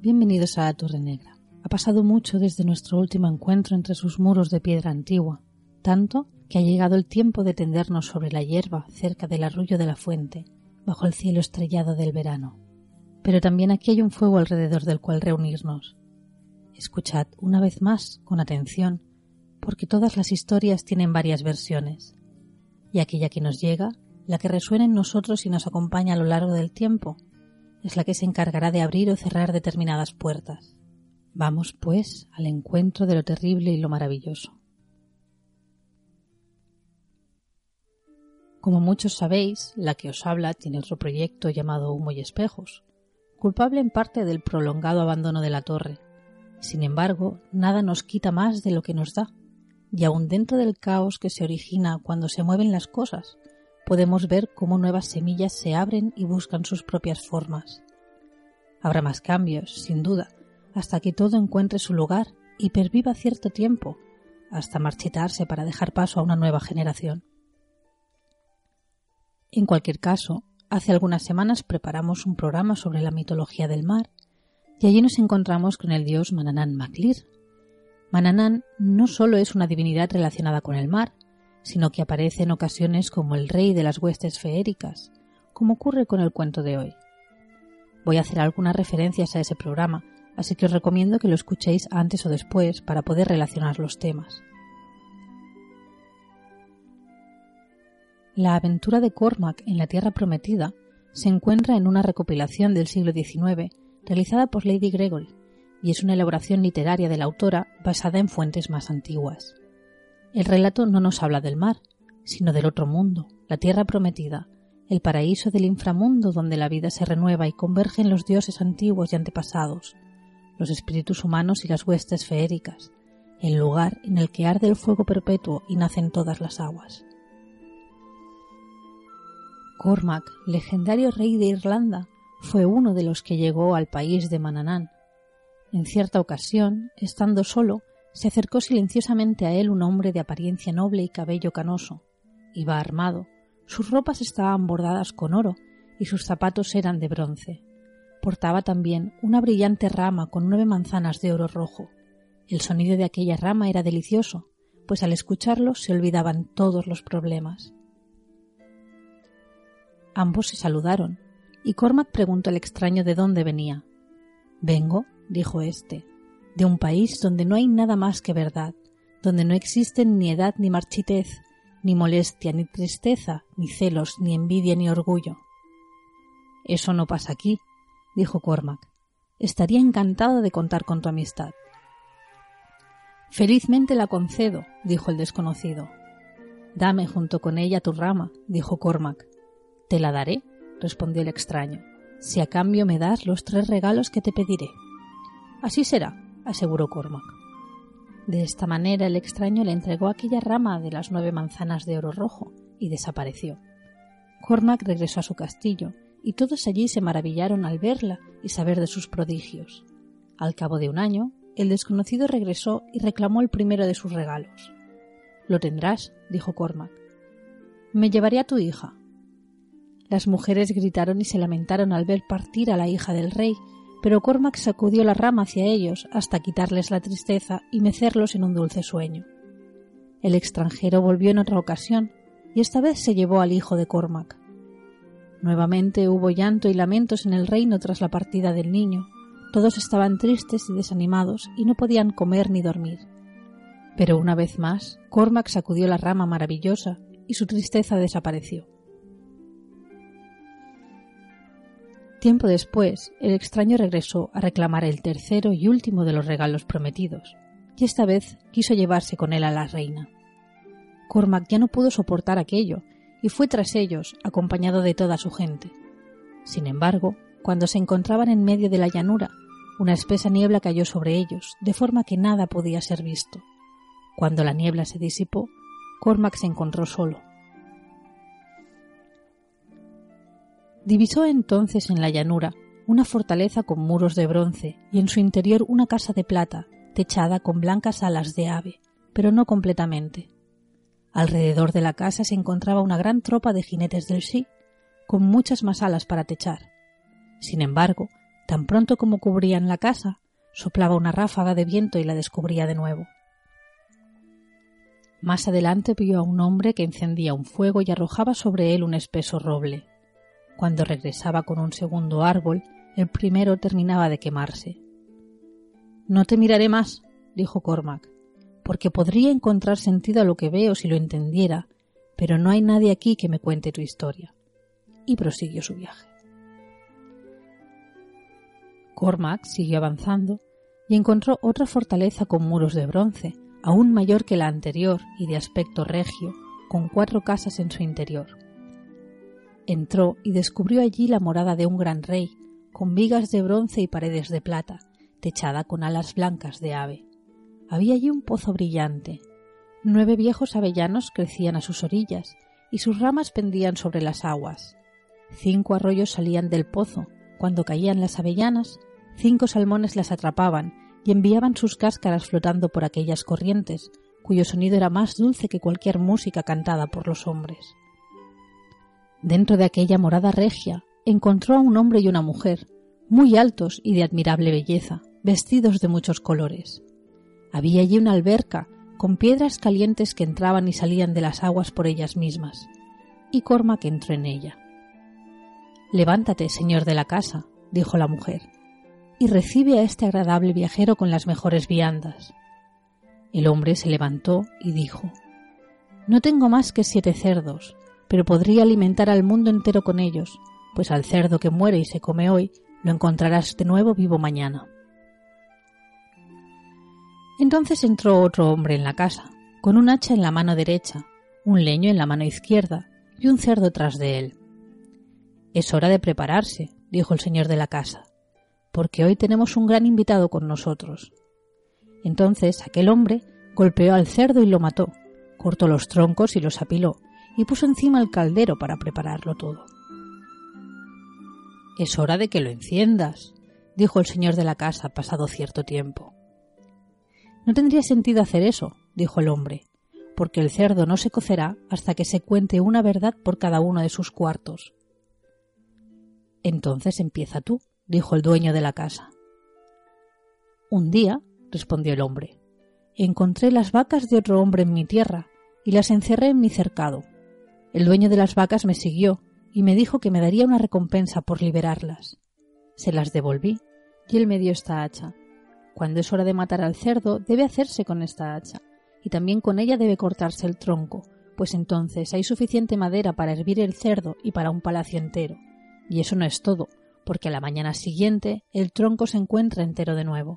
Bienvenidos a la Torre Negra. Ha pasado mucho desde nuestro último encuentro entre sus muros de piedra antigua, tanto que ha llegado el tiempo de tendernos sobre la hierba cerca del arroyo de la fuente, bajo el cielo estrellado del verano. Pero también aquí hay un fuego alrededor del cual reunirnos. Escuchad una vez más con atención, porque todas las historias tienen varias versiones, y aquella que nos llega, la que resuena en nosotros y nos acompaña a lo largo del tiempo, es la que se encargará de abrir o cerrar determinadas puertas. Vamos, pues, al encuentro de lo terrible y lo maravilloso. Como muchos sabéis, la que os habla tiene otro proyecto llamado Humo y Espejos, culpable en parte del prolongado abandono de la torre. Sin embargo, nada nos quita más de lo que nos da, y aun dentro del caos que se origina cuando se mueven las cosas, podemos ver cómo nuevas semillas se abren y buscan sus propias formas. Habrá más cambios, sin duda, hasta que todo encuentre su lugar y perviva cierto tiempo, hasta marchitarse para dejar paso a una nueva generación. En cualquier caso, hace algunas semanas preparamos un programa sobre la mitología del mar y allí nos encontramos con el dios Manannan Maclir. Manannan no solo es una divinidad relacionada con el mar, sino que aparece en ocasiones como el rey de las huestes feéricas, como ocurre con el cuento de hoy. Voy a hacer algunas referencias a ese programa, así que os recomiendo que lo escuchéis antes o después para poder relacionar los temas. La aventura de Cormac en la Tierra Prometida se encuentra en una recopilación del siglo XIX realizada por Lady Gregory y es una elaboración literaria de la autora basada en fuentes más antiguas. El relato no nos habla del mar, sino del otro mundo, la Tierra Prometida, el paraíso del inframundo donde la vida se renueva y convergen los dioses antiguos y antepasados, los espíritus humanos y las huestes feéricas, el lugar en el que arde el fuego perpetuo y nacen todas las aguas. Cormac, legendario rey de Irlanda, fue uno de los que llegó al país de Manannan. En cierta ocasión, estando solo, se acercó silenciosamente a él un hombre de apariencia noble y cabello canoso. Iba armado, sus ropas estaban bordadas con oro y sus zapatos eran de bronce. Portaba también una brillante rama con 9 manzanas de oro rojo. El sonido de aquella rama era delicioso, pues al escucharlo se olvidaban todos los problemas. Ambos se saludaron, y Cormac preguntó al extraño de dónde venía. «Vengo», dijo éste, «de un país donde no hay nada más que verdad, donde no existen ni edad ni marchitez, ni molestia, ni tristeza, ni celos, ni envidia, ni orgullo». «Eso no pasa aquí», dijo Cormac. «Estaría encantado de contar con tu amistad». «Felizmente la concedo», dijo el desconocido. «Dame junto con ella tu rama», dijo Cormac. «Te la daré», respondió el extraño, «si a cambio me das los 3 regalos que te pediré». «Así será», aseguró Cormac. De esta manera el extraño le entregó aquella rama de las 9 manzanas de oro rojo y desapareció. Cormac regresó a su castillo y todos allí se maravillaron al verla y saber de sus prodigios. Al cabo de un año, el desconocido regresó y reclamó el primero de sus regalos. «Lo tendrás», dijo Cormac. «Me llevaré a tu hija». Las mujeres gritaron y se lamentaron al ver partir a la hija del rey, pero Cormac sacudió la rama hacia ellos hasta quitarles la tristeza y mecerlos en un dulce sueño. El extranjero volvió en otra ocasión y esta vez se llevó al hijo de Cormac. Nuevamente hubo llanto y lamentos en el reino tras la partida del niño. Todos estaban tristes y desanimados y no podían comer ni dormir. Pero una vez más, Cormac sacudió la rama maravillosa y su tristeza desapareció. Tiempo después, el extraño regresó a reclamar el tercero y último de los regalos prometidos, y esta vez quiso llevarse con él a la reina. Cormac ya no pudo soportar aquello, y fue tras ellos, acompañado de toda su gente. Sin embargo, cuando se encontraban en medio de la llanura, una espesa niebla cayó sobre ellos, de forma que nada podía ser visto. Cuando la niebla se disipó, Cormac se encontró solo. Divisó entonces en la llanura una fortaleza con muros de bronce y en su interior una casa de plata, techada con blancas alas de ave, pero no completamente. Alrededor de la casa se encontraba una gran tropa de jinetes del sí, con muchas más alas para techar. Sin embargo, Tan pronto como cubrían la casa, soplaba una ráfaga de viento y la descubría de nuevo. Más adelante vio a un hombre que encendía un fuego y arrojaba sobre él un espeso roble. Cuando regresaba con un segundo árbol, el primero terminaba de quemarse. «No te miraré más», dijo Cormac, «porque podría encontrar sentido a lo que veo si lo entendiera, pero no hay nadie aquí que me cuente tu historia». Y prosiguió su viaje. Cormac siguió avanzando y encontró otra fortaleza con muros de bronce, aún mayor que la anterior y de aspecto regio, con 4 casas en su interior. Entró y descubrió allí la morada de un gran rey, con vigas de bronce y paredes de plata, techada con alas blancas de ave. Había allí un pozo brillante. 9 viejos avellanos crecían a sus orillas, y sus ramas pendían sobre las aguas. 5 arroyos salían del pozo. Cuando caían las avellanas, 5 salmones las atrapaban y enviaban sus cáscaras flotando por aquellas corrientes, cuyo sonido era más dulce que cualquier música cantada por los hombres. Dentro de aquella morada regia encontró a un hombre y una mujer, muy altos y de admirable belleza, vestidos de muchos colores. Había allí una alberca con piedras calientes que entraban y salían de las aguas por ellas mismas, y Cormac entró en ella. «Levántate, señor de la casa», dijo la mujer, «y recibe a este agradable viajero con las mejores viandas». El hombre se levantó y dijo: «No tengo más que 7 cerdos, pero podría alimentar al mundo entero con ellos, pues al cerdo que muere y se come hoy, lo encontrarás de nuevo vivo mañana». Entonces entró otro hombre en la casa, con un hacha en la mano derecha, un leño en la mano izquierda y un cerdo tras de él. «Es hora de prepararse», dijo el señor de la casa, «porque hoy tenemos un gran invitado con nosotros». Entonces aquel hombre golpeó al cerdo y lo mató, cortó los troncos y los apiló, y puso encima el caldero para prepararlo todo. «Es hora de que lo enciendas», dijo el señor de la casa pasado cierto tiempo. «No tendría sentido hacer eso», dijo el hombre, «porque el cerdo no se cocerá hasta que se cuente una verdad por cada uno de sus cuartos». «Entonces empieza tú», dijo el dueño de la casa. «Un día», respondió el hombre, «encontré las vacas de otro hombre en mi tierra y las encerré en mi cercado. El dueño de las vacas me siguió y me dijo que me daría una recompensa por liberarlas. Se las devolví y él me dio esta hacha. Cuando es hora de matar al cerdo, debe hacerse con esta hacha, y también con ella debe cortarse el tronco, pues entonces hay suficiente madera para hervir el cerdo y para un palacio entero. Y eso no es todo, porque a la mañana siguiente el tronco se encuentra entero de nuevo».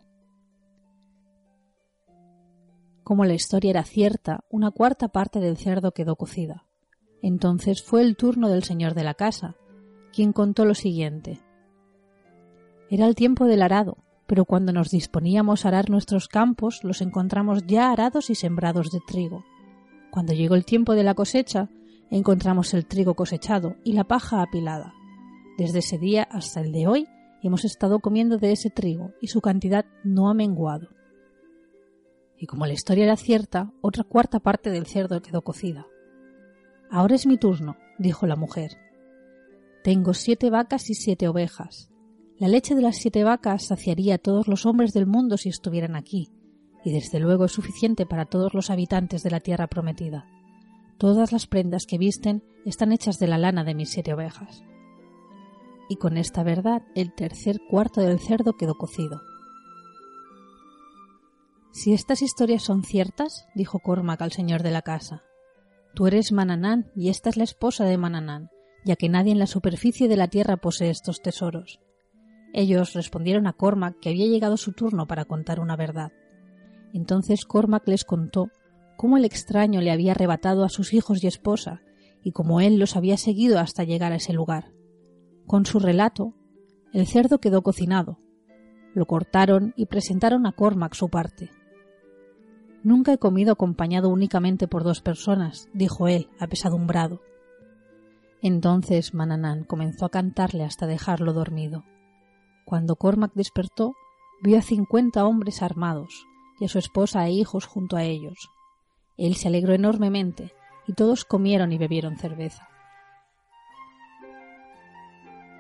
Como la historia era cierta, 1/4 parte del cerdo quedó cocida. Entonces fue el turno del señor de la casa, quien contó lo siguiente. «Era el tiempo del arado, pero cuando nos disponíamos a arar nuestros campos los encontramos ya arados y sembrados de trigo. Cuando llegó el tiempo de la cosecha, encontramos el trigo cosechado y la paja apilada. Desde ese día hasta el de hoy hemos estado comiendo de ese trigo y su cantidad no ha menguado». Y como la historia era cierta, 1/4 parte del cerdo quedó cocida. «Ahora es mi turno», dijo la mujer. «Tengo 7 vacas y 7 ovejas. La leche de las 7 vacas saciaría a todos los hombres del mundo si estuvieran aquí, y desde luego es suficiente para todos los habitantes de la tierra prometida. Todas las prendas que visten están hechas de la lana de mis 7 ovejas». Y con esta verdad el 1/3 del cerdo quedó cocido. «Si estas historias son ciertas», dijo Cormac al señor de la casa, «tú eres Mananán y esta es la esposa de Mananán, ya que nadie en la superficie de la tierra posee estos tesoros». Ellos respondieron a Cormac que había llegado su turno para contar una verdad. Entonces Cormac les contó cómo el extraño le había arrebatado a sus hijos y esposa, y cómo él los había seguido hasta llegar a ese lugar. Con su relato, el cerdo quedó cocinado. Lo cortaron y presentaron a Cormac su parte. «Nunca he comido acompañado únicamente por 2 personas», dijo él, apesadumbrado. Entonces Mananán comenzó a cantarle hasta dejarlo dormido. Cuando Cormac despertó, vio a 50 hombres armados y a su esposa e hijos junto a ellos. Él se alegró enormemente y todos comieron y bebieron cerveza.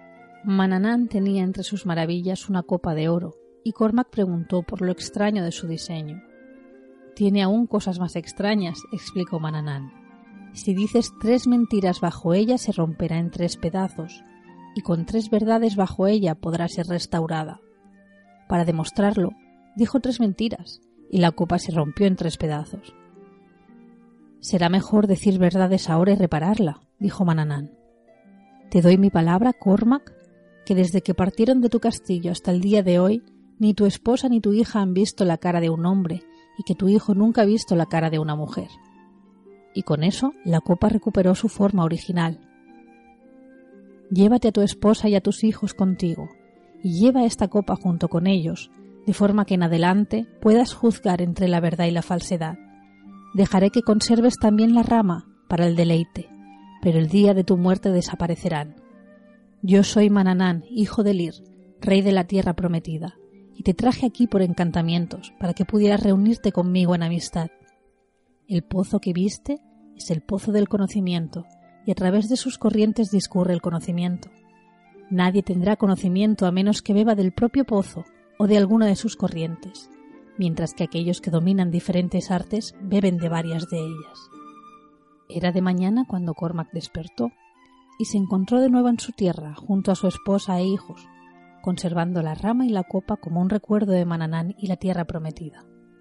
Mananán tenía entre sus maravillas una copa de oro, y Cormac preguntó por lo extraño de su diseño. «Tiene aún cosas más extrañas», explicó Mananán. «Si dices 3 mentiras bajo ella, se romperá en 3 pedazos, y con 3 verdades bajo ella podrá ser restaurada». Para demostrarlo, dijo 3 mentiras, y la copa se rompió en 3 pedazos. «Será mejor decir verdades ahora y repararla», dijo Mananán. «Te doy mi palabra, Cormac, que desde que partieron de tu castillo hasta el día de hoy, ni tu esposa ni tu hija han visto la cara de un hombre, y que tu hijo nunca ha visto la cara de una mujer». Y con eso la copa recuperó su forma original. «Llévate a tu esposa y a tus hijos contigo, y lleva esta copa junto con ellos, de forma que en adelante puedas juzgar entre la verdad y la falsedad. Dejaré que conserves también la rama para el deleite, pero el día de tu muerte desaparecerán. Yo soy Mananán, hijo de Lir, rey de la tierra prometida, y te traje aquí por encantamientos, para que pudieras reunirte conmigo en amistad. El pozo que viste es el pozo del conocimiento, y a través de sus corrientes discurre el conocimiento. Nadie tendrá conocimiento a menos que beba del propio pozo o de alguna de sus corrientes, mientras que aquellos que dominan diferentes artes beben de varias de ellas». Era de mañana cuando Cormac despertó y se encontró de nuevo en su tierra junto a su esposa e hijos, conservando la rama y la copa como un recuerdo de Mananán y la tierra prometida.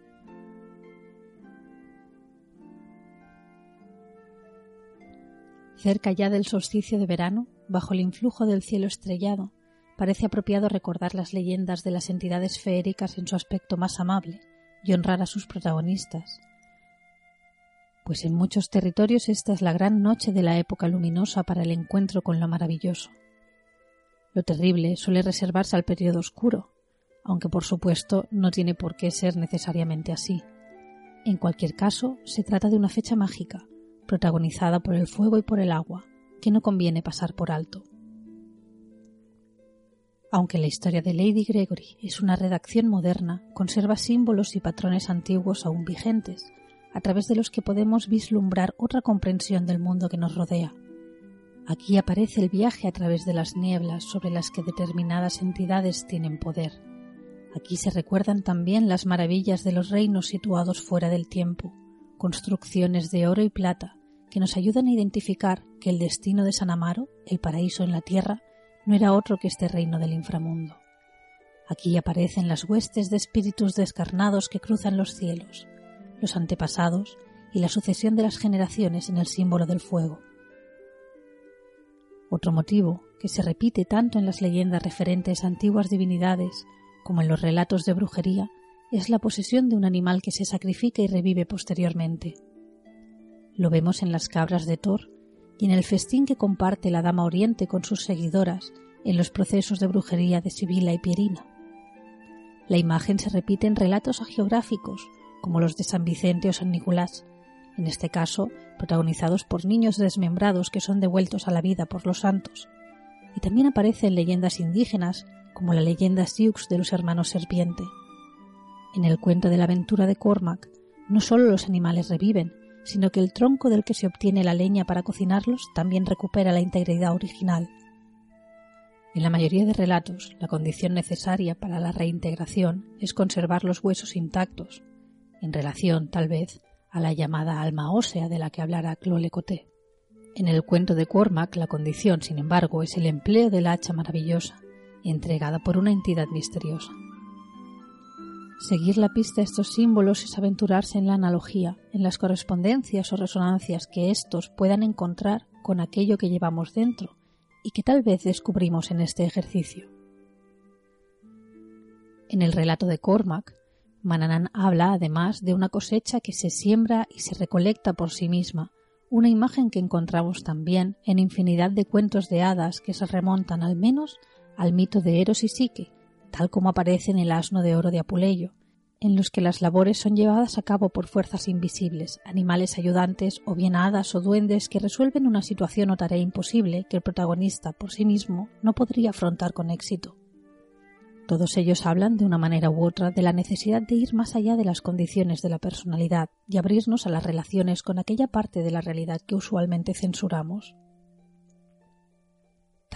Cerca ya del solsticio de verano, bajo el influjo del cielo estrellado, parece apropiado recordar las leyendas de las entidades feéricas en su aspecto más amable y honrar a sus protagonistas, pues en muchos territorios esta es la gran noche de la época luminosa para el encuentro con lo maravilloso. Lo terrible suele reservarse al periodo oscuro, aunque por supuesto no tiene por qué ser necesariamente así. En cualquier caso, se trata de una fecha mágica, protagonizada por el fuego y por el agua, que no conviene pasar por alto. Aunque la historia de Lady Gregory es una redacción moderna, conserva símbolos y patrones antiguos aún vigentes, a través de los que podemos vislumbrar otra comprensión del mundo que nos rodea. Aquí aparece el viaje a través de las nieblas sobre las que determinadas entidades tienen poder. Aquí se recuerdan también las maravillas de los reinos situados fuera del tiempo, construcciones de oro y plata que nos ayudan a identificar que el destino de San Amaro, el paraíso en la tierra, no era otro que este reino del inframundo. Aquí aparecen las huestes de espíritus descarnados que cruzan los cielos, los antepasados y la sucesión de las generaciones en el símbolo del fuego. Otro motivo, que se repite tanto en las leyendas referentes a antiguas divinidades como en los relatos de brujería, es la posesión de un animal que se sacrifica y revive posteriormente. Lo vemos en las cabras de Thor y en el festín que comparte la Dama Oriente con sus seguidoras en los procesos de brujería de Sibila y Pierina. La imagen se repite en relatos hagiográficos, como los de San Vicente o San Nicolás, en este caso protagonizados por niños desmembrados que son devueltos a la vida por los santos, y también aparece en leyendas indígenas como la leyenda Sioux de los hermanos serpiente. En el cuento de la aventura de Cormac, no solo los animales reviven, sino que el tronco del que se obtiene la leña para cocinarlos también recupera la integridad original. En la mayoría de relatos, la condición necesaria para la reintegración es conservar los huesos intactos, en relación, tal vez, a la llamada alma ósea de la que hablará Clolecoté. En el cuento de Cormac, la condición, sin embargo, es el empleo del hacha maravillosa, entregada por una entidad misteriosa. Seguir la pista a estos símbolos es aventurarse en la analogía, en las correspondencias o resonancias que éstos puedan encontrar con aquello que llevamos dentro y que tal vez descubrimos en este ejercicio. En el relato de Cormac, Mananán habla además de una cosecha que se siembra y se recolecta por sí misma, una imagen que encontramos también en infinidad de cuentos de hadas que se remontan al menos al mito de Eros y Psique, tal como aparece en el Asno de Oro de Apuleyo, en los que las labores son llevadas a cabo por fuerzas invisibles, animales ayudantes o bien hadas o duendes que resuelven una situación o tarea imposible que el protagonista por sí mismo no podría afrontar con éxito. Todos ellos hablan de una manera u otra de la necesidad de ir más allá de las condiciones de la personalidad y abrirnos a las relaciones con aquella parte de la realidad que usualmente censuramos.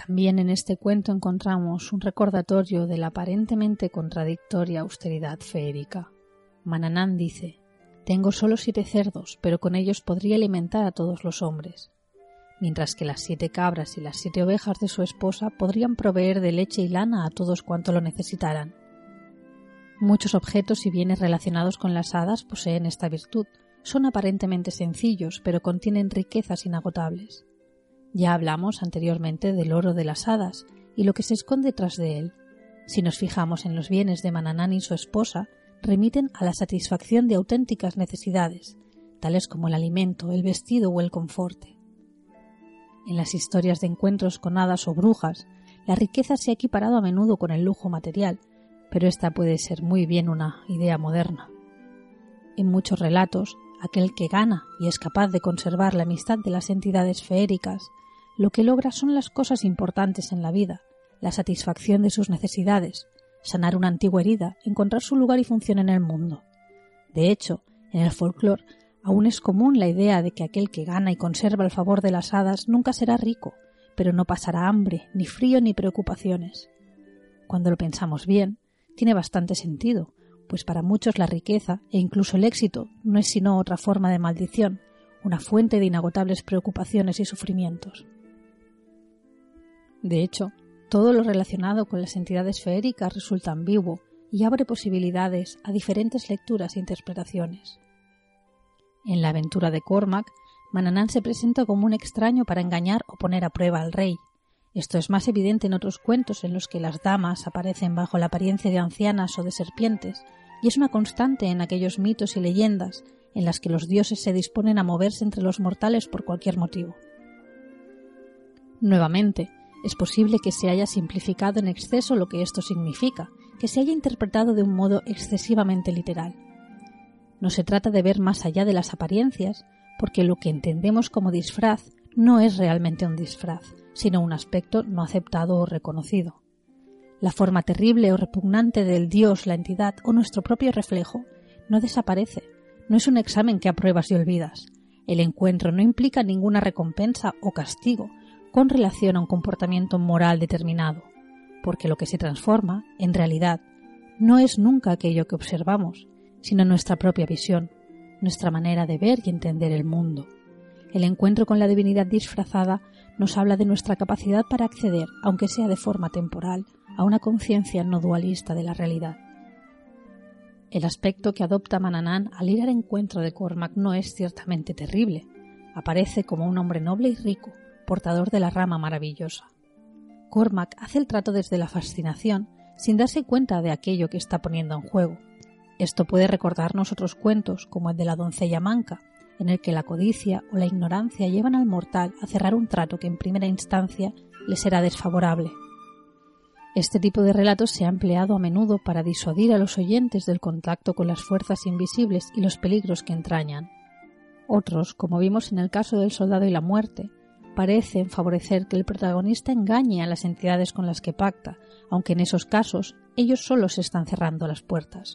También en este cuento encontramos un recordatorio de la aparentemente contradictoria austeridad feérica. Mananán dice: «Tengo solo 7 cerdos, pero con ellos podría alimentar a todos los hombres», mientras que las 7 cabras y las 7 ovejas de su esposa podrían proveer de leche y lana a todos cuanto lo necesitaran. Muchos objetos y bienes relacionados con las hadas poseen esta virtud. Son aparentemente sencillos, pero contienen riquezas inagotables. Ya hablamos anteriormente del oro de las hadas y lo que se esconde tras de él. Si nos fijamos en los bienes de Mananán y su esposa, remiten a la satisfacción de auténticas necesidades, tales como el alimento, el vestido o el conforte. En las historias de encuentros con hadas o brujas, la riqueza se ha equiparado a menudo con el lujo material, pero esta puede ser muy bien una idea moderna. En muchos relatos, aquel que gana y es capaz de conservar la amistad de las entidades feéricas, lo que logra son las cosas importantes en la vida, la satisfacción de sus necesidades, sanar una antigua herida, encontrar su lugar y función en el mundo. De hecho, en el folclore aún es común la idea de que aquel que gana y conserva el favor de las hadas nunca será rico, pero no pasará hambre, ni frío, ni preocupaciones. Cuando lo pensamos bien, tiene bastante sentido, pues para muchos la riqueza e incluso el éxito no es sino otra forma de maldición, una fuente de inagotables preocupaciones y sufrimientos. De hecho, todo lo relacionado con las entidades feéricas resulta ambiguo y abre posibilidades a diferentes lecturas e interpretaciones. En la aventura de Cormac, Mananán se presenta como un extraño para engañar o poner a prueba al rey. Esto es más evidente en otros cuentos en los que las damas aparecen bajo la apariencia de ancianas o de serpientes, y es una constante en aquellos mitos y leyendas en las que los dioses se disponen a moverse entre los mortales por cualquier motivo. Nuevamente, es posible que se haya simplificado en exceso lo que esto significa, que se haya interpretado de un modo excesivamente literal. No se trata de ver más allá de las apariencias, porque lo que entendemos como disfraz no es realmente un disfraz, sino un aspecto no aceptado o reconocido. La forma terrible o repugnante del dios, la entidad o nuestro propio reflejo no desaparece, no es un examen que apruebas y olvidas. El encuentro no implica ninguna recompensa o castigo con relación a un comportamiento moral determinado, porque lo que se transforma, en realidad, no es nunca aquello que observamos, sino nuestra propia visión, nuestra manera de ver y entender el mundo. El encuentro con la divinidad disfrazada nos habla de nuestra capacidad para acceder, aunque sea de forma temporal, a una conciencia no dualista de la realidad. El aspecto que adopta Mananán al ir al encuentro de Cormac no es ciertamente terrible. Aparece como un hombre noble y rico, portador de la rama maravillosa. Cormac hace el trato desde la fascinación, sin darse cuenta de aquello que está poniendo en juego. Esto puede recordarnos otros cuentos, como el de la doncella manca, en el que la codicia o la ignorancia llevan al mortal a cerrar un trato que en primera instancia le será desfavorable. Este tipo de relatos se ha empleado a menudo para disuadir a los oyentes del contacto con las fuerzas invisibles y los peligros que entrañan. Otros, como vimos en el caso del soldado y la muerte, parecen favorecer que el protagonista engañe a las entidades con las que pacta, aunque en esos casos ellos solos están cerrando las puertas.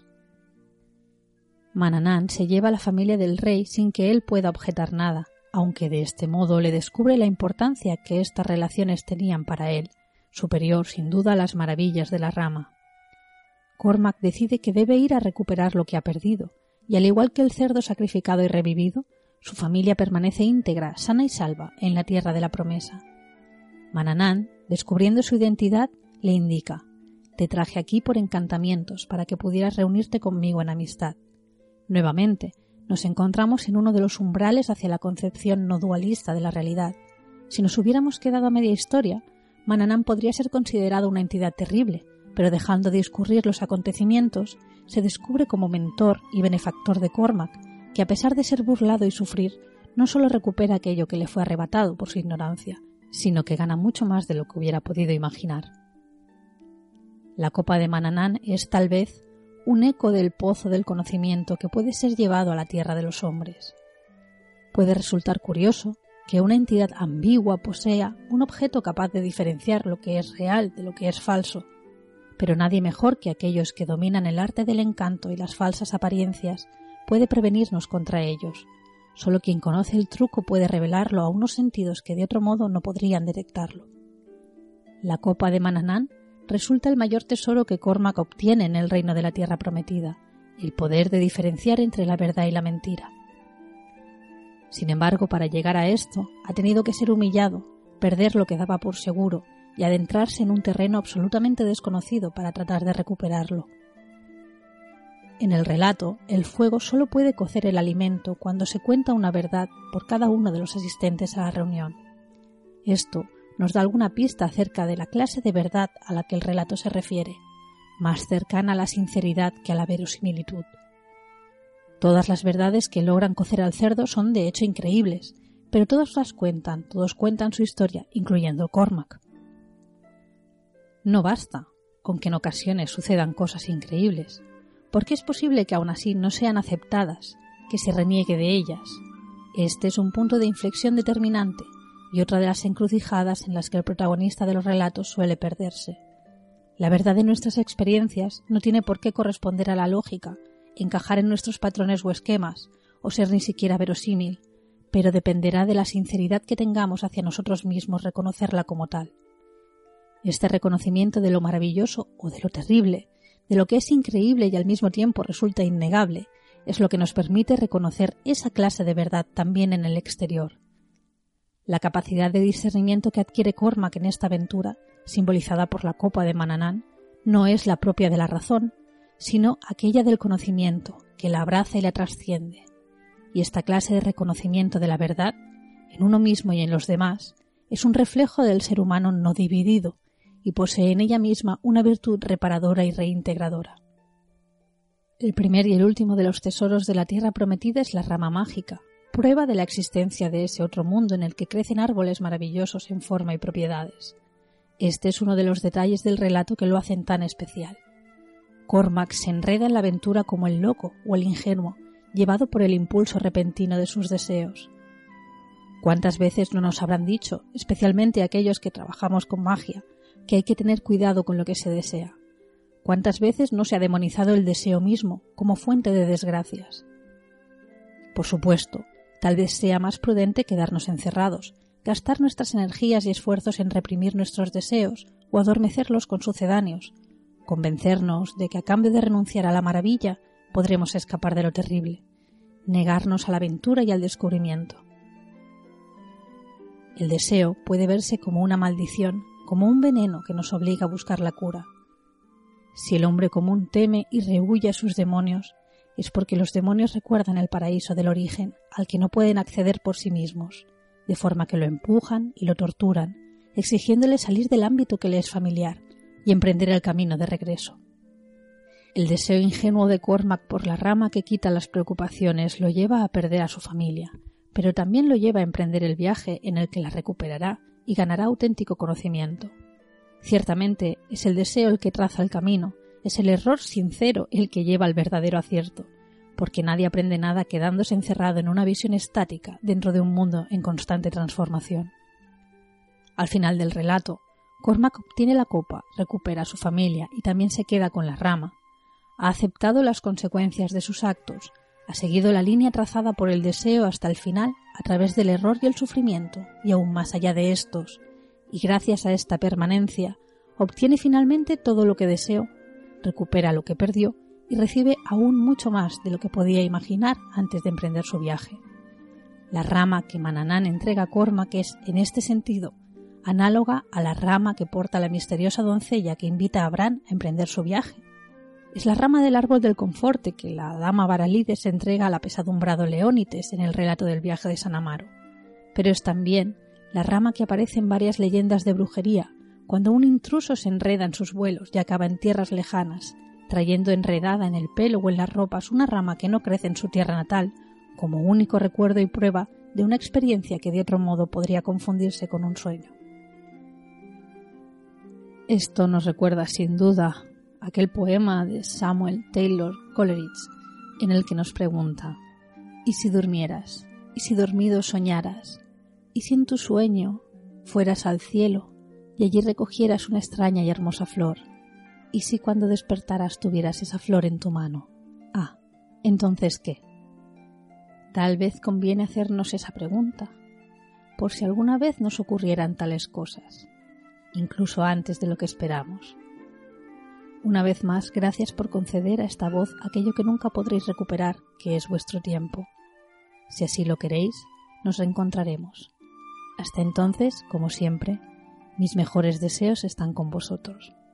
Mananán se lleva a la familia del rey sin que él pueda objetar nada, aunque de este modo le descubre la importancia que estas relaciones tenían para él, superior sin duda a las maravillas de la rama. Cormac decide que debe ir a recuperar lo que ha perdido, y al igual que el cerdo sacrificado y revivido, su familia permanece íntegra, sana y salva en la tierra de la promesa. Mananán, descubriendo su identidad, le indica: «Te traje aquí por encantamientos para que pudieras reunirte conmigo en amistad». Nuevamente, nos encontramos en uno de los umbrales hacia la concepción no dualista de la realidad. Si nos hubiéramos quedado a media historia, Mananán podría ser considerado una entidad terrible, pero dejando de discurrir los acontecimientos, se descubre como mentor y benefactor de Cormac, que a pesar de ser burlado y sufrir, no solo recupera aquello que le fue arrebatado por su ignorancia, sino que gana mucho más de lo que hubiera podido imaginar. La copa de Mananán es, tal vez, un eco del pozo del conocimiento que puede ser llevado a la tierra de los hombres. Puede resultar curioso que una entidad ambigua posea un objeto capaz de diferenciar lo que es real de lo que es falso, pero nadie mejor que aquellos que dominan el arte del encanto y las falsas apariencias puede prevenirnos contra ellos. Solo quien conoce el truco puede revelarlo a unos sentidos que de otro modo no podrían detectarlo. La copa de Mananán resulta el mayor tesoro que Cormac obtiene en el reino de la Tierra Prometida, el poder de diferenciar entre la verdad y la mentira. Sin embargo, para llegar a esto, ha tenido que ser humillado, perder lo que daba por seguro y adentrarse en un terreno absolutamente desconocido para tratar de recuperarlo. En el relato, el fuego solo puede cocer el alimento cuando se cuenta una verdad por cada uno de los asistentes a la reunión. Esto nos da alguna pista acerca de la clase de verdad a la que el relato se refiere, más cercana a la sinceridad que a la verosimilitud. Todas las verdades que logran cocer al cerdo son de hecho increíbles, pero todos cuentan su historia, incluyendo Cormac. No basta con que en ocasiones sucedan cosas increíbles, porque es posible que aún así no sean aceptadas, que se reniegue de ellas. Este es un punto de inflexión determinante y otra de las encrucijadas en las que el protagonista de los relatos suele perderse. La verdad de nuestras experiencias no tiene por qué corresponder a la lógica, encajar en nuestros patrones o esquemas, o ser ni siquiera verosímil, pero dependerá de la sinceridad que tengamos hacia nosotros mismos reconocerla como tal. Este reconocimiento de lo maravilloso o de lo terrible, de lo que es increíble y al mismo tiempo resulta innegable, es lo que nos permite reconocer esa clase de verdad también en el exterior. La capacidad de discernimiento que adquiere Cormac en esta aventura, simbolizada por la copa de Mananán, no es la propia de la razón, sino aquella del conocimiento, que la abraza y la trasciende. Y esta clase de reconocimiento de la verdad, en uno mismo y en los demás, es un reflejo del ser humano no dividido, y posee en ella misma una virtud reparadora y reintegradora. El primer y el último de los tesoros de la Tierra Prometida es la rama mágica, prueba de la existencia de ese otro mundo en el que crecen árboles maravillosos en forma y propiedades. Este es uno de los detalles del relato que lo hacen tan especial. Cormac se enreda en la aventura como el loco o el ingenuo, llevado por el impulso repentino de sus deseos. ¿Cuántas veces no nos habrán dicho, especialmente aquellos que trabajamos con magia, que hay que tener cuidado con lo que se desea? ¿Cuántas veces no se ha demonizado el deseo mismo como fuente de desgracias? Por supuesto, tal vez sea más prudente quedarnos encerrados, gastar nuestras energías y esfuerzos en reprimir nuestros deseos o adormecerlos con sucedáneos, convencernos de que a cambio de renunciar a la maravilla podremos escapar de lo terrible, negarnos a la aventura y al descubrimiento. El deseo puede verse como una maldición, como un veneno que nos obliga a buscar la cura. Si el hombre común teme y rehúye a sus demonios, es porque los demonios recuerdan el paraíso del origen, al que no pueden acceder por sí mismos, de forma que lo empujan y lo torturan, exigiéndole salir del ámbito que le es familiar y emprender el camino de regreso. El deseo ingenuo de Cormac por la rama que quita las preocupaciones lo lleva a perder a su familia, pero también lo lleva a emprender el viaje en el que la recuperará y ganará auténtico conocimiento. Ciertamente es el deseo el que traza el camino, es el error sincero el que lleva al verdadero acierto, porque nadie aprende nada quedándose encerrado en una visión estática dentro de un mundo en constante transformación. Al final del relato, Cormac obtiene la copa, recupera a su familia y también se queda con la rama. Ha aceptado las consecuencias de sus actos, ha seguido la línea trazada por el deseo hasta el final a través del error y el sufrimiento, y aún más allá de estos, y gracias a esta permanencia obtiene finalmente todo lo que deseó, recupera lo que perdió y recibe aún mucho más de lo que podía imaginar antes de emprender su viaje. La rama que Mananán entrega a Cormac es, en este sentido, análoga a la rama que porta la misteriosa doncella que invita a Bran a emprender su viaje. Es la rama del árbol del conforte que la dama Baralides entrega al apesadumbrado Leónites en el relato del viaje de San Amaro, pero es también la rama que aparece en varias leyendas de brujería, cuando un intruso se enreda en sus vuelos y acaba en tierras lejanas, trayendo enredada en el pelo o en las ropas una rama que no crece en su tierra natal, como único recuerdo y prueba de una experiencia que de otro modo podría confundirse con un sueño. Esto nos recuerda sin duda aquel poema de Samuel Taylor Coleridge en el que nos pregunta: ¿y si durmieras? ¿Y si dormido soñaras? ¿Y si en tu sueño fueras al cielo y allí recogieras una extraña y hermosa flor? ¿Y si cuando despertaras tuvieras esa flor en tu mano? Ah, ¿entonces qué? Tal vez conviene hacernos esa pregunta, por si alguna vez nos ocurrieran tales cosas. incluso antes de lo que esperamos. Una vez más, gracias por conceder a esta voz aquello que nunca podréis recuperar, que es vuestro tiempo. Si así lo queréis, nos reencontraremos. Hasta entonces, como siempre, mis mejores deseos están con vosotros.